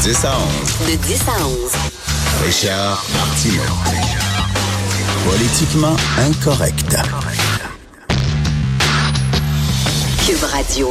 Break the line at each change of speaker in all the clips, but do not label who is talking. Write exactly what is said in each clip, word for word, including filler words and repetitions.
dix à onze.
De dix à onze.
Richard Martineau. Politiquement incorrect.
Cube Radio.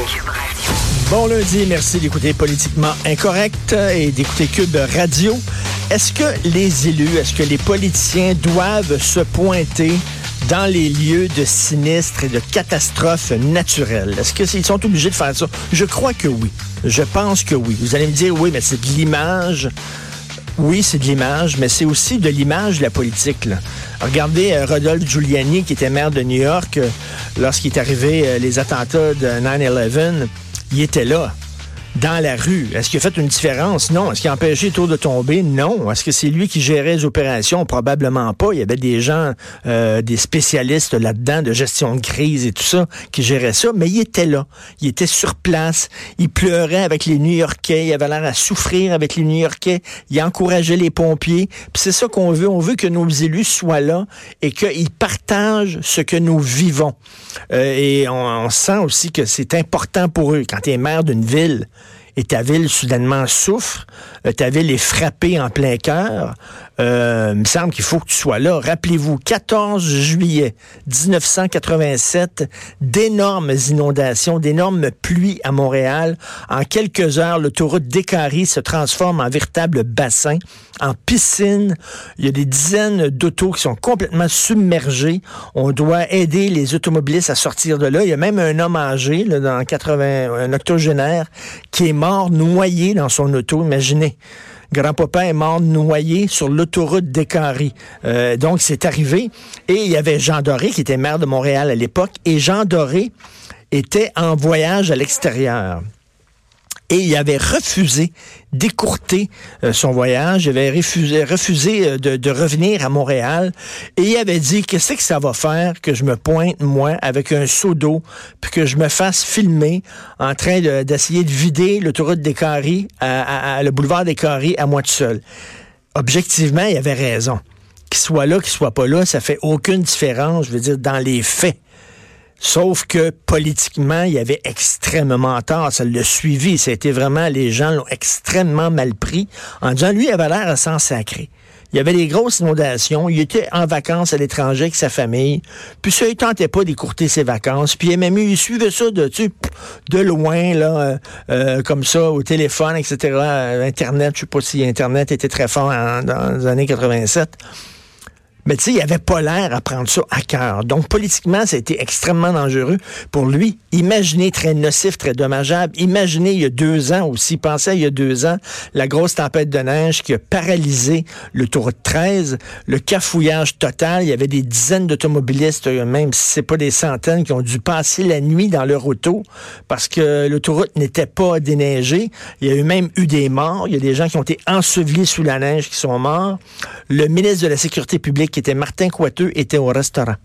Bon lundi, merci d'écouter Politiquement Incorrect et d'écouter Cube Radio. Est-ce que les élus, est-ce que les politiciens doivent se pointer dans les lieux de sinistres et de catastrophes naturelles? Est-ce qu'ils sont obligés de faire ça? Je crois que oui. Je pense que oui. Vous allez me dire, oui, mais c'est de l'image. Oui, c'est de l'image, mais c'est aussi de l'image de la politique, là. Regardez euh, Rodolphe Giuliani, qui était maire de New York, euh, lorsqu'il est arrivé euh, les attentats de nine eleven, il était là, dans la rue. Est-ce qu'il a fait une différence? Non. Est-ce qu'il a empêché les tours de tomber? Non. Est-ce que c'est lui qui gérait les opérations? Probablement pas. Il y avait des gens, euh, des spécialistes là-dedans, de gestion de crise et tout ça, qui géraient ça, mais il était là. Il était sur place. Il pleurait avec les New-Yorkais. Il avait l'air à souffrir avec les New-Yorkais. Il encourageait les pompiers. Puis c'est ça qu'on veut. On veut que nos élus soient là et qu'ils partagent ce que nous vivons. Euh, et on, on sent aussi que c'est important pour eux. Quand tu es maire d'une ville, et ta ville soudainement souffre, euh, ta ville est frappée en plein cœur, euh, il me semble qu'il faut que tu sois là. Rappelez-vous, quatorze juillet dix-neuf cent quatre-vingt-sept, d'énormes inondations, d'énormes pluies à Montréal. En quelques heures, l'autoroute Décarie se transforme en véritable bassin, en piscine. Il y a des dizaines d'autos qui sont complètement submergés. On doit aider les automobilistes à sortir de là. Il y a même un homme âgé, là, dans quatre-vingts, un octogénaire, qui est mort noyé dans son auto. Imaginez. Grand-papa est mort noyé sur l'autoroute Décarie. Euh, donc, c'est arrivé. Et il y avait Jean Doré, qui était maire de Montréal à l'époque. Et Jean Doré était en voyage à l'extérieur. Et il avait refusé d'écourter euh, son voyage. Il avait refusé, refusé euh, de, de revenir à Montréal. Et il avait dit, qu'est-ce que ça va faire que je me pointe, moi, avec un seau d'eau, puis que je me fasse filmer en train de, d'essayer de vider l'autoroute Décarie, à, à, à, le boulevard Décarie, à moi tout seul. Objectivement, il avait raison. Qu'il soit là, qu'il soit pas là, ça fait aucune différence, je veux dire, dans les faits. Sauf que politiquement, il y avait extrêmement tort. Ça l'a suivi. Ça a été vraiment, les gens l'ont extrêmement mal pris en disant, lui, il avait l'air à s'en sacrer. Il y avait des grosses inondations. Il était en vacances à l'étranger avec sa famille. Puis ça, il tentait pas d'écourter ses vacances. Puis même il suivait ça de, tu sais, de loin, là, euh, euh, comme ça, au téléphone, et cetera. Internet, je sais pas si Internet était très fort en, dans les années quatre-vingt-sept. Mais tu sais, il avait pas l'air à prendre ça à cœur. Donc, politiquement, ça a été extrêmement dangereux pour lui. Imaginez, très nocif, très dommageable. Imaginez, il y a deux ans aussi, pensez à il y a deux ans, la grosse tempête de neige qui a paralysé l'autoroute treize, le cafouillage total. Il y avait des dizaines d'automobilistes, même si c'est pas des centaines, qui ont dû passer la nuit dans leur auto parce que l'autoroute n'était pas déneigée. Il y a eu même eu des morts. Il y a des gens qui ont été ensevelis sous la neige qui sont morts. Le ministre de la Sécurité publique, qui était Martin Coiteux, était au restaurant.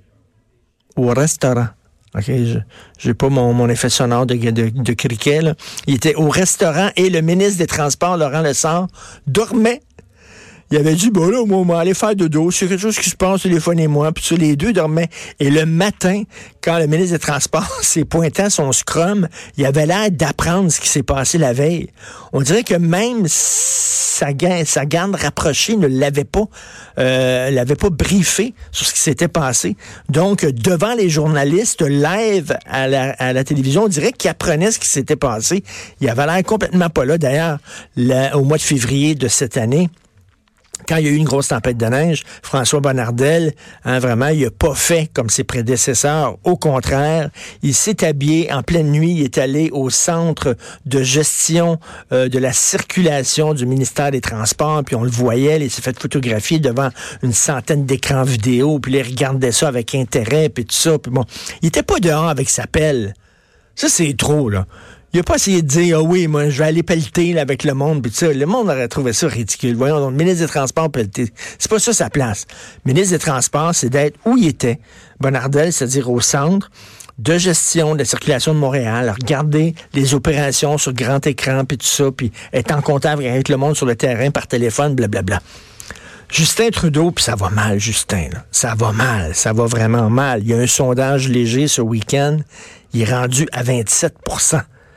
Au restaurant. OK, je j'ai pas mon, mon effet sonore de, de, de criquet, là. Il était au restaurant et le ministre des Transports, Laurent Lessard, dormait. Il avait dit, bon là, moi, on va aller faire dodo. C'est quelque chose qui se passe, téléphonez-moi. Puis ça, les deux dormaient. Et le matin, quand le ministre des Transports s'est pointé à son scrum, il avait l'air d'apprendre ce qui s'est passé la veille. On dirait que même sa, sa garde rapprochée ne l'avait pas, euh, l'avait pas briefé sur ce qui s'était passé. Donc, devant les journalistes, live à la, à la télévision, on dirait qu'il apprenait ce qui s'était passé. Il avait l'air complètement pas là. D'ailleurs, là, au mois de février de cette année, quand il y a eu une grosse tempête de neige, François Bonnardel, hein, vraiment, il n'a pas fait comme ses prédécesseurs. Au contraire, il s'est habillé en pleine nuit, il est allé au centre de gestion euh, de la circulation du ministère des Transports, puis on le voyait, il s'est fait photographier devant une centaine d'écrans vidéo, puis il regardait ça avec intérêt, puis tout ça. Puis bon, il était pas dehors avec sa pelle. Ça, c'est trop, là. Il n'a pas essayé de dire, ah oh oui, moi, je vais aller pelleter là, avec le monde, puis ça. Le monde aurait trouvé ça ridicule. Voyons, donc, le ministre des Transports pelleter. C'est pas ça sa place. Le ministre des Transports, c'est d'être où il était. Bonnardel, c'est-à-dire au centre de gestion de la circulation de Montréal, regarder les opérations sur grand écran, puis tout ça, puis être en contact avec le monde sur le terrain par téléphone, blablabla. Justin Trudeau, puis ça va mal, Justin, là. Ça va mal, ça va vraiment mal. Il y a un sondage léger ce week-end, il est rendu à vingt-sept pour cent.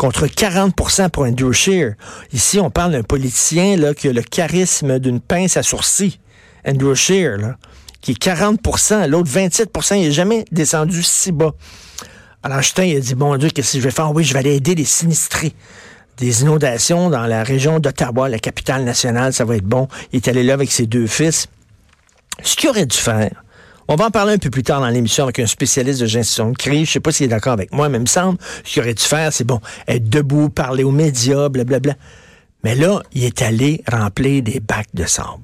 contre quarante pour cent pour Andrew Scheer. Ici, on parle d'un politicien là, qui a le charisme d'une pince à sourcils. Andrew Scheer, là, qui est quarante pour cent. L'autre, vingt-sept pour cent. Il n'est jamais descendu si bas. Alors, Justin, il a dit, bon Dieu, qu'est-ce que je vais faire? Oui, je vais aller aider les sinistrés. Des inondations dans la région d'Ottawa, la capitale nationale, ça va être bon. Il est allé là avec ses deux fils. Ce qu'il aurait dû faire, on va en parler un peu plus tard dans l'émission avec un spécialiste de gestion de crise. Je sais pas s'il est d'accord avec moi, mais il me semble, ce qu'il aurait dû faire, c'est bon, être debout, parler aux médias, blablabla. Mais là, il est allé remplir des bacs de sable.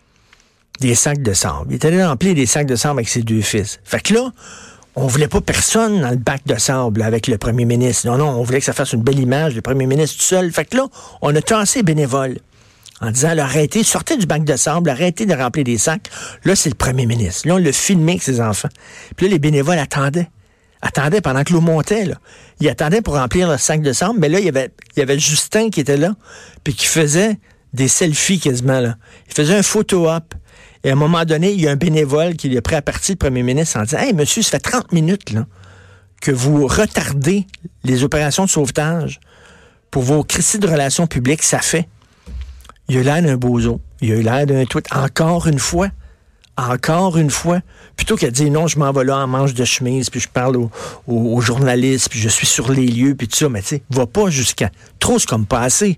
Des sacs de sable. Il est allé remplir des sacs de sable avec ses deux fils. Fait que là, on voulait pas personne dans le bac de sable là, avec le premier ministre. Non, non, on voulait que ça fasse une belle image, le premier ministre tout seul. Fait que là, on a tassé les bénévoles en disant, là, arrêtez, sortez du bac de sable, arrêtez de remplir des sacs. Là, c'est le premier ministre. Là, on l'a filmé avec ses enfants. Puis là, les bénévoles attendaient. Attendaient pendant que l'eau montait, là. Ils attendaient pour remplir le sac de sable. Mais là, il y avait, il y avait Justin qui était là, puis qui faisait des selfies quasiment, là. Il faisait un photo-op. Et à un moment donné, il y a un bénévole qui lui a pris à partie le premier ministre en disant, « Hey, monsieur, ça fait trente minutes là, que vous retardez les opérations de sauvetage pour vos crises de relations publiques, ça fait. » Il a eu l'air d'un bozo. Il a eu l'air d'un tweet. Encore une fois. Encore une fois. Plutôt qu'à dire, non, je m'en vais là en manche de chemise, puis je parle aux, aux, aux journalistes, puis je suis sur les lieux, puis tout ça. Mais tu sais, va pas jusqu'à... Trop, c'est comme pas assez.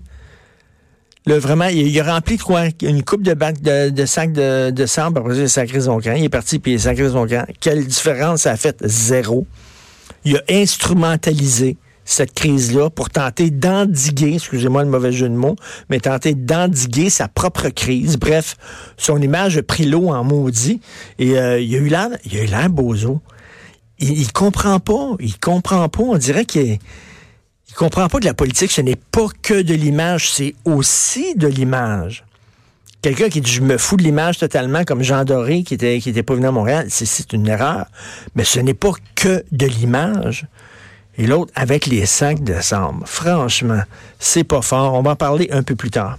Là, vraiment, il, il a rempli quoi? Une coupe de, bac, de, de sacs de, de sable, après ça, il a sacré son camp. Il est parti, puis il a sacré son camp. Quelle différence ça a fait? Zéro. Il a instrumentalisé cette crise-là pour tenter d'endiguer, excusez-moi le mauvais jeu de mots, mais tenter d'endiguer sa propre crise. Bref, son image a pris l'eau en maudit. Et euh, il a eu l'air, il a eu l'air bozo. Il, il comprend pas, il comprend pas. On dirait qu'il est... Il comprend pas que la politique, ce n'est pas que de l'image, c'est aussi de l'image. Quelqu'un qui dit « je me fous de l'image totalement », comme Jean Doré, qui était, qui était pas venu à Montréal, c'est, c'est une erreur. Mais ce n'est pas que de l'image. Et l'autre, avec les sacs de sable. Franchement, c'est pas fort. On va en parler un peu plus tard.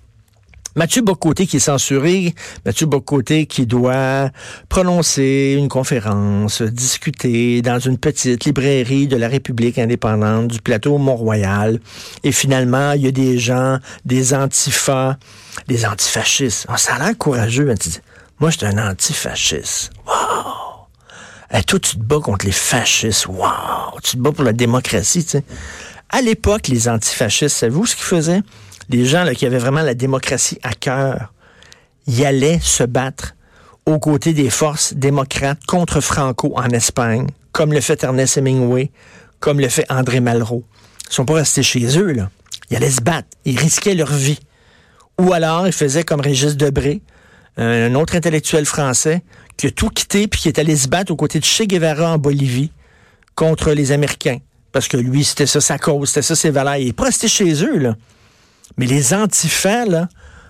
Mathieu Bock-Côté qui est censuré, Mathieu Bock-Côté qui doit prononcer une conférence, discuter dans une petite librairie de la République indépendante du plateau Mont-Royal. Et finalement, il y a des gens, des antifas, des antifascistes. Oh, ça a l'air courageux. Hein, tu dis, moi, je suis un antifasciste. Wow! Hey, toi, tu te bats contre les fascistes. Wow! Tu te bats pour la démocratie, tu sais. À l'époque, les antifascistes, savez-vous ce qu'ils faisaient? Les gens là, qui avaient vraiment la démocratie à cœur, y allaient se battre aux côtés des forces démocrates contre Franco en Espagne, comme le fait Ernest Hemingway, comme le fait André Malraux. Ils sont pas restés chez eux, là. Ils allaient se battre. Ils risquaient leur vie. Ou alors, ils faisaient comme Régis Debray, un autre intellectuel français, qui a tout quitté puis qui est allé se battre aux côtés de Che Guevara en Bolivie contre les Américains. Parce que lui, c'était ça sa cause, c'était ça ses valeurs. Il est pas resté chez eux, là. Mais les antifas, là,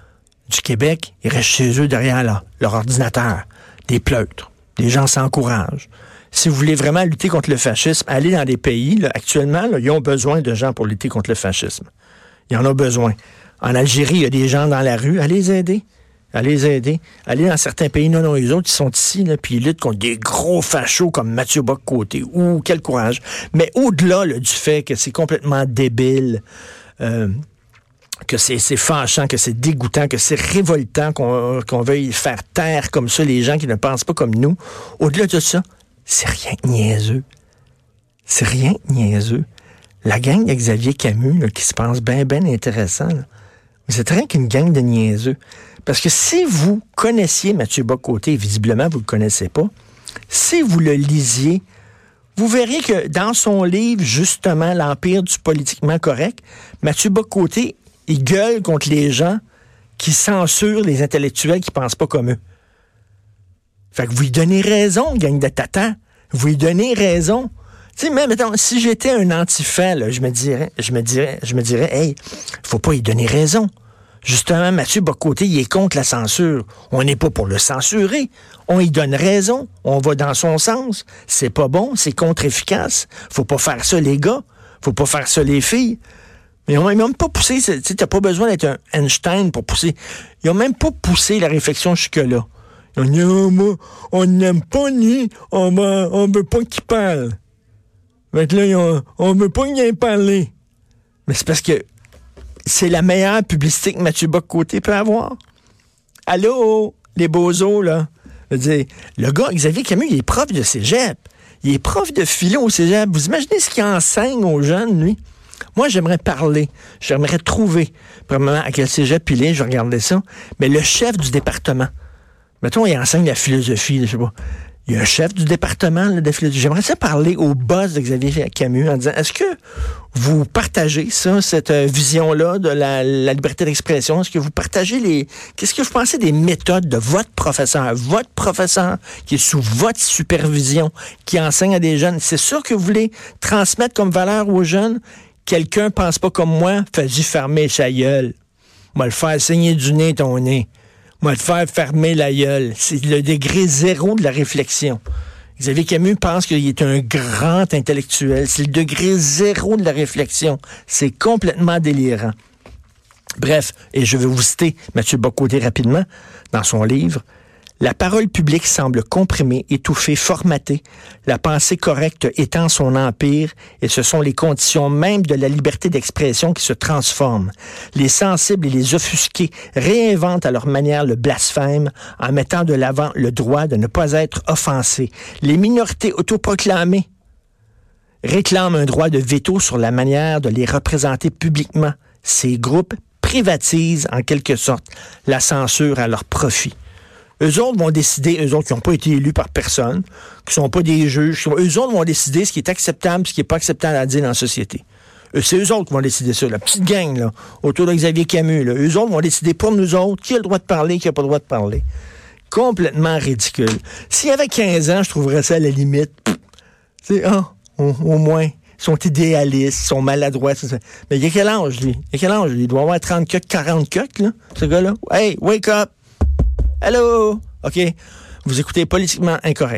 du Québec, ils restent chez eux derrière là, leur ordinateur, des pleutres. Les gens s'encouragent. Si vous voulez vraiment lutter contre le fascisme, allez dans des pays, là, actuellement, là, ils ont besoin de gens pour lutter contre le fascisme. Ils en ont besoin. En Algérie, il y a des gens dans la rue. Allez les aider. Allez les aider. Allez dans certains pays. Non, non, les autres, ils sont ici, là, puis ils luttent contre des gros fachos comme Mathieu Bock-Côté. Ouh, quel courage. Mais au-delà là, du fait que c'est complètement débile, euh, que c'est, c'est fâchant, que c'est dégoûtant, que c'est révoltant qu'on, qu'on veuille faire taire comme ça les gens qui ne pensent pas comme nous. Au-delà de ça, c'est rien que niaiseux. C'est rien que niaiseux. La gang de Xavier Camus, là, qui se pense bien, bien intéressant, là, vous êtes rien qu'une gang de niaiseux. Parce que si vous connaissiez Mathieu Bock-Côté, et visiblement vous ne le connaissez pas, si vous le lisiez, vous verrez que dans son livre, justement, L'Empire du politiquement correct, Mathieu Bock-Côté, il gueule contre les gens qui censurent les intellectuels qui pensent pas comme eux. Fait que vous lui donnez raison, gang de tata. Vous lui donnez raison. Tu sais, même, mettons, si j'étais un antifa, là, je me dirais, je me dirais, je me dirais, hey, faut pas lui donner raison. Justement, Mathieu Bock-Côté, il est contre la censure. On n'est pas pour le censurer. On y donne raison. On va dans son sens. C'est pas bon, c'est contre-efficace. Faut pas faire ça, les gars. Faut pas faire ça, les filles. Mais ils n'ont même pas poussé, tu sais, t'as pas besoin d'être un Einstein pour pousser. Ils n'ont même pas poussé la réflexion jusque-là. Ils ont dit, oh, on n'aime pas ni, on ne veut pas qu'il parle. Fait que là, on ne veut pas qu'il parler. Mais c'est parce que c'est la meilleure publicité que Mathieu Bock-Côté peut avoir. Allô, les bozos, là. Je veux dire, le gars, Xavier Camus, il est prof de cégep. Il est prof de philo au cégep. Vous imaginez ce qu'il enseigne aux jeunes, lui? Moi, j'aimerais parler, j'aimerais trouver, premièrement, à quel cégep il est, je regardais ça, mais le chef du département, mettons, il enseigne la philosophie, je sais pas, il y a un chef du département là, de philosophie. J'aimerais ça parler au boss de Xavier Camus en disant, est-ce que vous partagez ça, cette euh, vision-là de la, la liberté d'expression? Est-ce que vous partagez les... Qu'est-ce que vous pensez des méthodes de votre professeur? Votre professeur qui est sous votre supervision, qui enseigne à des jeunes. C'est sûr que vous voulez transmettre comme valeur aux jeunes? Quelqu'un pense pas comme moi, fais-y fermer sa gueule. Moi le faire saigner du nez ton nez. Moi le faire fermer la gueule. C'est le degré zéro de la réflexion. Xavier Camus pense qu'il est un grand intellectuel. C'est le degré zéro de la réflexion. C'est complètement délirant. Bref, et je vais vous citer Mathieu Bock-Côté rapidement dans son livre. La parole publique semble comprimée, étouffée, formatée, la pensée correcte étend son empire et ce sont les conditions mêmes de la liberté d'expression qui se transforment. Les sensibles et les offusqués réinventent à leur manière le blasphème en mettant de l'avant le droit de ne pas être offensé. Les minorités autoproclamées réclament un droit de veto sur la manière de les représenter publiquement. Ces groupes privatisent en quelque sorte la censure à leur profit. Eux autres vont décider, eux autres qui n'ont pas été élus par personne, qui ne sont pas des juges, eux autres vont décider ce qui est acceptable et ce qui n'est pas acceptable à dire dans la société. Eux, c'est eux autres qui vont décider ça, la petite gang là, autour de Xavier Camus. Là. Eux autres vont décider pour nous autres qui a le droit de parler, qui n'a pas le droit de parler. Complètement ridicule. S'il y avait quinze ans, je trouverais ça à la limite. Tu sais, ah, au, au moins, ils sont idéalistes, ils sont maladroits. Ça. Mais il a quel âge, lui? Il a quel âge, lui? Il doit avoir trente coques, quarante coques, là, ce gars-là. Hey, wake up! Allô? OK. Vous écoutez Politiquement Incorrect.